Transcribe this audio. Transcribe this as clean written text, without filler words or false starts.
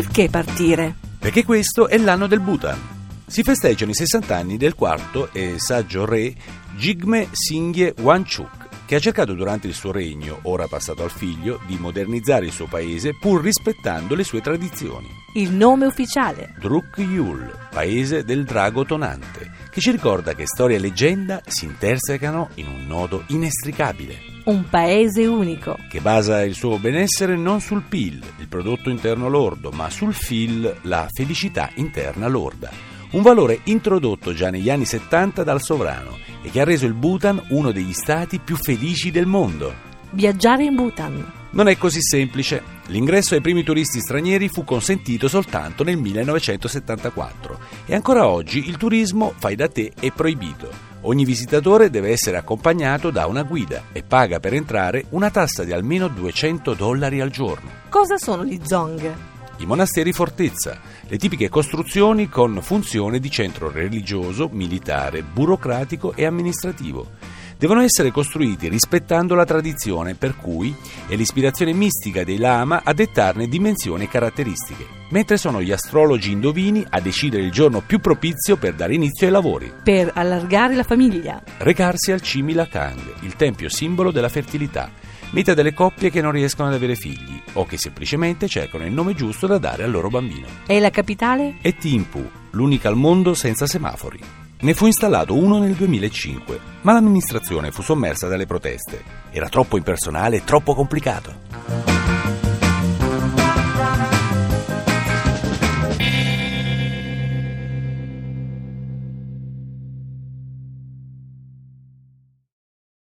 Perché partire? Perché questo è l'anno del Bhutan. Si festeggiano i 60 anni del quarto e saggio re Jigme Singye Wangchuk, che ha cercato durante il suo regno, ora passato al figlio, di modernizzare il suo paese pur rispettando le sue tradizioni. Il nome ufficiale: Druk Yul, paese del drago tonante, che ci ricorda che storia e leggenda si intersecano in un nodo inestricabile. un paese unico. Che basa il suo benessere non sul PIL, il prodotto interno lordo, ma sul FIL, la felicità interna lorda. Un valore introdotto già negli anni 70 dal sovrano e che ha reso il Bhutan uno degli stati più felici del mondo. Viaggiare in Bhutan. Non è così semplice. L'ingresso ai primi turisti stranieri fu consentito soltanto nel 1974 e ancora oggi il turismo fai da te è proibito. Ogni visitatore deve essere accompagnato da una guida e paga per entrare una tassa di almeno $200 al giorno. Cosa sono gli dzong? I monasteri fortezza, le tipiche costruzioni con funzione di centro religioso, militare, burocratico e amministrativo. Devono essere costruiti rispettando la tradizione, per cui è l'ispirazione mistica dei lama a dettarne dimensioni e caratteristiche, mentre sono gli astrologi indovini a decidere il giorno più propizio per dare inizio ai lavori. Per allargare la famiglia. Recarsi al Chimilakang, il tempio simbolo della fertilità, meta delle coppie che non riescono ad avere figli o che semplicemente cercano il nome giusto da dare al loro bambino. E la capitale? È Thimphu, l'unica al mondo senza semafori. Ne fu installato uno nel 2005, ma l'amministrazione fu sommersa dalle proteste. Era troppo impersonale e troppo complicato.